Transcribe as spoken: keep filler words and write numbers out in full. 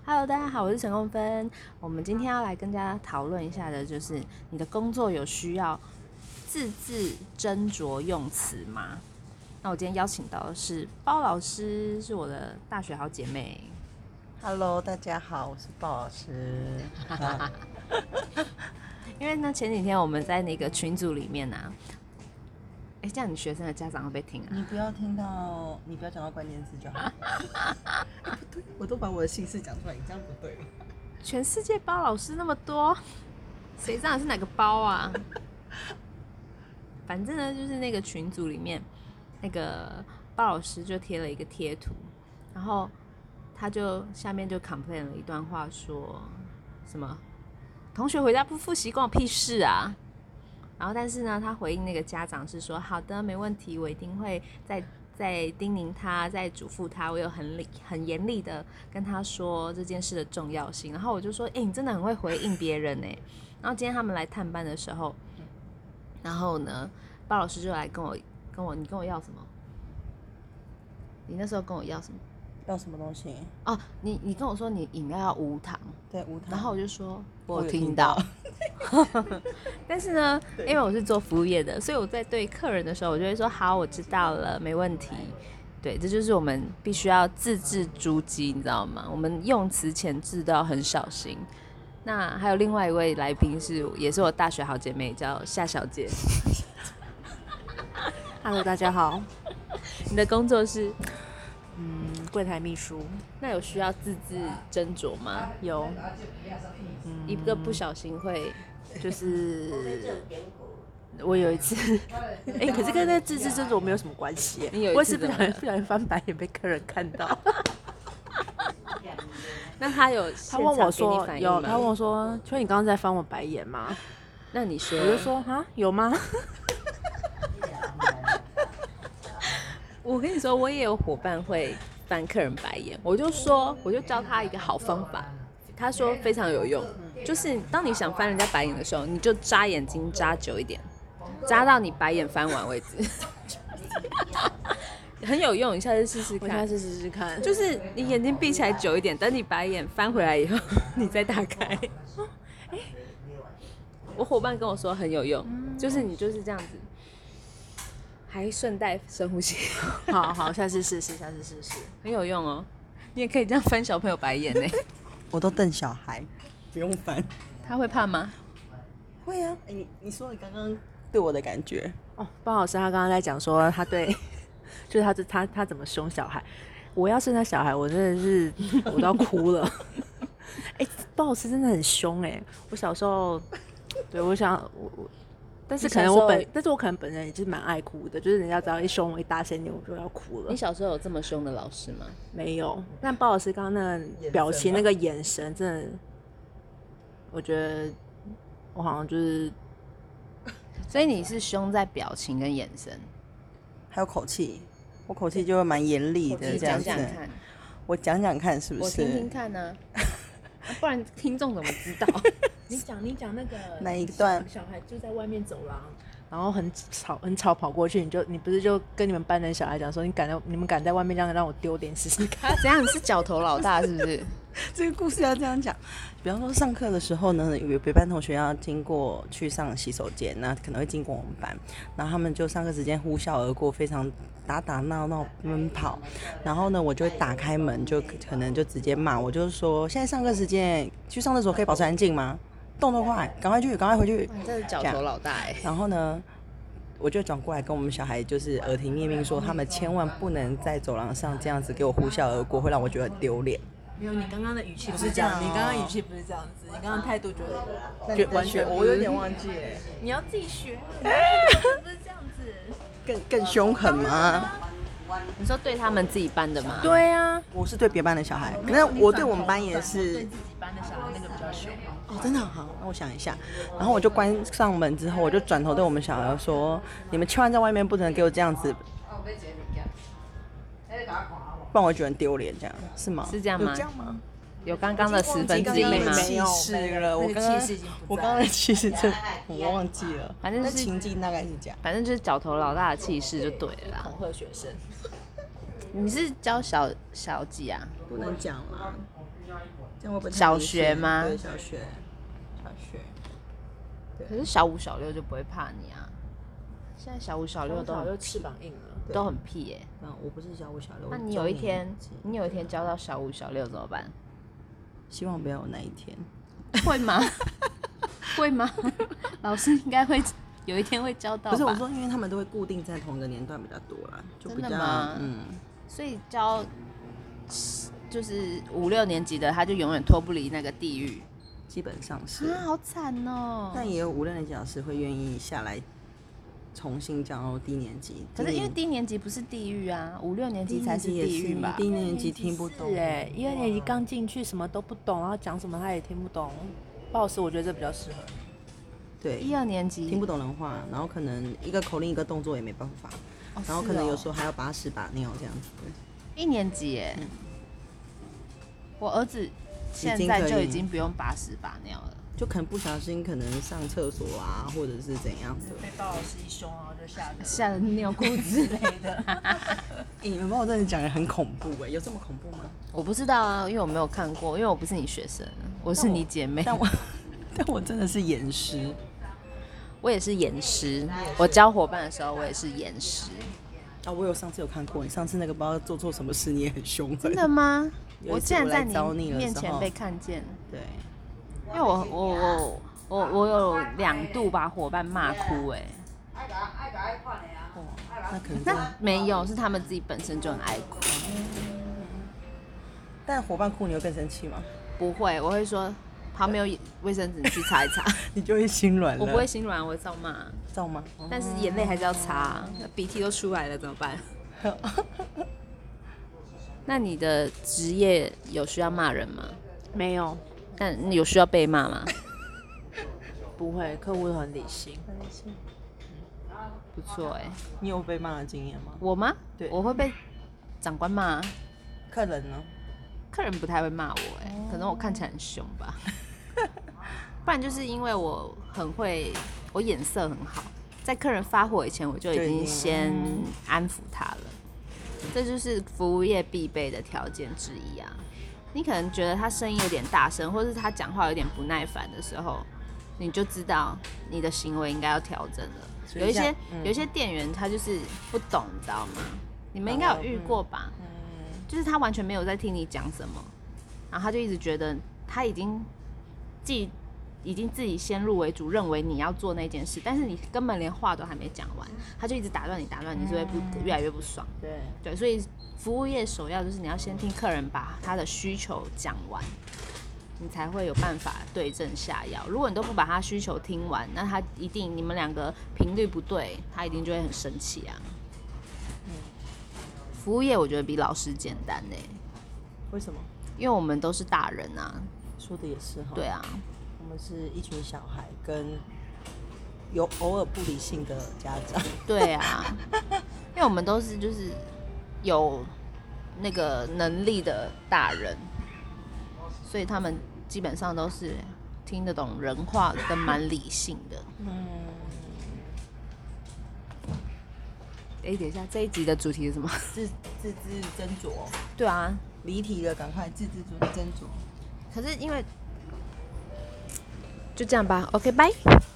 Hello， 大家好，我是陈共芬。我们今天要来跟大家讨论一下的，就是你的工作有需要字字斟酌用词吗？那我今天邀请到的是包老师，是我的大学好姐妹。 Hello， 大家好，我是鲍老师。 因为呢，前几天我们在那个群组里面啊，哎，这样你学生的家长会不会听啊？ 你不要听到，你不要讲到关键字就好。不对，我都把我的姓氏讲出来，你这样不对。 全世界包老师那么多，谁知道你是哪个包啊？反正呢，就是那个群组里面，那个包老师就贴了一个贴图，然后他就下面就 complain 了一段话，说什么同学回家不复习关我屁事啊。然后但是呢，他回应那个家长是说，好的，没问题，我一定会再再叮咛他，再嘱咐他，我有很厉很严厉的跟他说这件事的重要性。然后我就说，哎、欸，你真的很会回应别人哎。然后今天他们来探班的时候，然后呢，包老师就来跟我跟我，你跟我要什么？你那时候跟我要什么？ 要什么东西？ 哦，你你跟我说你饮料要无糖， 对，无糖。 然后我就说我有听到，但是呢，因为我是做服务业的，所以我在对客人的时候，我就会说好，我知道了，没问题。对，这就是我们必须要字字珠玑，你知道吗？我们用词遣字都要很小心。那还有另外一位来宾是，也是我大学好姐妹，叫夏小姐。 Hello， 大家好。 你的工作是？ 嗯，柜台秘书。 那有需要字字斟酌吗？ 有， 嗯，一个不小心会， 就是我有一次，哎、欸，可是跟那字字斟酌没有什么关系。 你有我也是不小心不小心翻白眼被客人看到。 那他有他问我说有，他问我说，所以你刚刚在翻我白眼吗？ 那你说， 我就说啊，有吗？ 我跟你说，我也有伙伴会翻客人白眼，我就说，我就教他一个好方法，他说非常有用，就是当你想翻人家白眼的时候，你就眨眼睛眨久一点，眨到你白眼翻完为止，很有用，你下次试试看。 我下次试试看， 就是你眼睛闭起来久一点，等你白眼翻回来以后，你再打开。欸、我伙伴跟我说很有用，就是你就是这样子。还顺带深呼吸， 好好，下次试试，下次试试， 很有用哦。你也可以这样翻小朋友白眼呢。 我都瞪小孩，不用翻。 他会怕吗？ 会啊。欸、你你说你刚刚对我的感觉哦，包老师他刚刚在讲说他对，就是他他他怎么凶小孩。我要是那小孩，我真的是我都要哭了。哎、欸，包老师真的很凶哎、欸。我小时候，对我想我我。但是可能我本，但是我可能本人也是蛮爱哭的，就是人家只要一凶我一大声点，我就要哭了。 你小时候有这么凶的老师吗？ 没有，但包老师刚刚那个表情、那个眼神，真的，我觉得我好像就是， 所以你是凶在表情跟眼神， 还有口气，我口气就会蛮严厉的这样子。 讲讲看， 我讲讲看是不是？ 我听听看呢、啊，不然听众怎么知道？ 你讲你讲那个哪一段？ 小孩就在外面走廊，然后很吵很吵跑过去，你就你不是就跟你们班的小孩讲说，你敢在你们敢在外面这样让我丢脸试试看？ 怎样？你是角头老大是不是？ 这个故事要这样讲。比方说上课的时候呢，有别班同学要经过去上洗手间，那可能会经过我们班，然后他们就上课时间呼啸而过，非常打打闹闹奔跑，然后呢，我就会打开门，就可能就直接骂，我就说现在上课时间去上厕所可以保持安静吗？动作快，赶快去，赶快回去。 你这是角头老大哎、欸。 然后呢，我就转过来跟我们小孩就是耳提面命说，他们千万不能在走廊上这样子给我呼啸而过，会让我觉得很丢脸。 没有，你刚刚的语气不是这样，你刚刚语气不是这样子，你刚刚态度觉得就完全，我有点忘记了。 你要自己学，不是这样子。 更更凶狠吗？ 你说对他们自己班的吗？ 对啊， 我是对别班的小孩，可是我对我们班也是。 对自己班的小孩那个比较凶。 哦，真的好，那我想一下。然后我就关上门之后，我就转头对我们小孩说：“你们千万在外面不能给我这样子，不然我觉得很丢脸，这样是吗？ 是这样吗？ 有这样吗？ 有刚刚的十分之一吗？ 气势了，我刚刚我刚刚的气势真我忘记了， 反正是情境大概是这样， 反正就是角头老大的气势就对了啦。 恐吓学生。 你是教小小几啊？ 不能讲啦，这样会不会太小明显学吗对，小学，小学。 可是小五小六就不会怕你啊。现在小五小六都很就翅膀硬了。 都很屁耶、 嗯，我不是小五小六。 那你我有一天中年级， 你有一天教到小五小六怎么办？ 希望不要有那一天。 会吗？会吗？老师应该会有一天会教到吧。 不是我说，因为他们都会固定在同一个年段比较多啦，就比真的较吗嗯。 所以教就是五六年级的，他就永远脱不离那个地狱基本上是。 啊，好惨哦。 但也有五六年级老师会愿意下来重新教低年级。 可是因为低年级不是地狱啊，五六年级才是地狱吧？ 低年级听不懂是哎，一二年级刚进去什么都不懂，然后讲什么他也听不懂。不好意思，我觉得这比较适合。 对， 一二年级听不懂人话，然后可能一个口令一个动作也没办法， 哦然后可能是哦有时候还要把屎把尿这样子。 一年级耶、 嗯我儿子现在就已经不用把屎把尿了。 就可能不小心可能上厕所啊，或者是怎样的。 被鲍老师一凶，然后就吓得吓得尿裤之类的。 欸、你们把我真的讲的很恐怖哎、有这么恐怖吗？ 我不知道啊，因为我没有看过，因为我不是你学生，我是你姐妹。 但我但我真的是严师。 我也是严师，我教伙伴的时候我也是严师。 啊，我有上次有看过你，上次那个不知道做错什么事，你也很凶。 真的吗？我有一次我来竟然在你找你的时候面前被看见。 对， 因为我我我我我有两度把伙伴骂哭哎、 那可能真那的。 没有，是他们自己本身就很爱哭。 但伙伴哭你会更生气吗？ 不会，我会说旁边有卫生纸，你去擦一擦。 你就会心软了。 我不会心软，我会照骂， 照吗？ 但是眼泪还是要擦，鼻涕都出来了怎么办？那你的职业有需要骂人吗？ 没有， 但有需要被骂吗？ 不会，客户都很理性。 不错哎、 你有被骂的经验吗？ 我吗？ 对我会被长官骂， 客人呢？ 客人不太会骂我哎、可能我看起来很凶吧。不然就是因为我很会，我眼色很好，在客人发火以前，我就已经先安抚他了。这就是服务业必备的条件之一啊。你可能觉得他声音有点大声，或是他讲话有点不耐烦的时候，你就知道你的行为应该要调整了。 所以有一些、 像嗯有一些店员他就是不懂，你知道吗？你们应该有遇过吧？ 嗯就是他完全没有在听你讲什么，然后他就一直觉得他已经既已经自己先入为主，认为你要做那件事，但是你根本连话都还没讲完，他就一直打断你，打断你，是会不越来越不爽。 对， 对，所以服务业首要就是你要先听客人把他的需求讲完，你才会有办法对症下药。如果你都不把他需求听完，那他一定你们两个频率不对，他一定就会很生气啊。服务业我觉得比老师简单呢、 为什么？ 因为我们都是大人啊。 说的也是哈。 对啊， 我们是一群小孩跟有偶尔不理性的家长。 对啊，因为我们都是就是有那个能力的大人，所以他们基本上都是听得懂人话跟蛮理性的。 嗯， 哎、等一下，这一集的主题是什么？ 自自知斟酌， 对啊， 离题了，赶快自知斟酌。 可是因为就这样吧，OK，拜。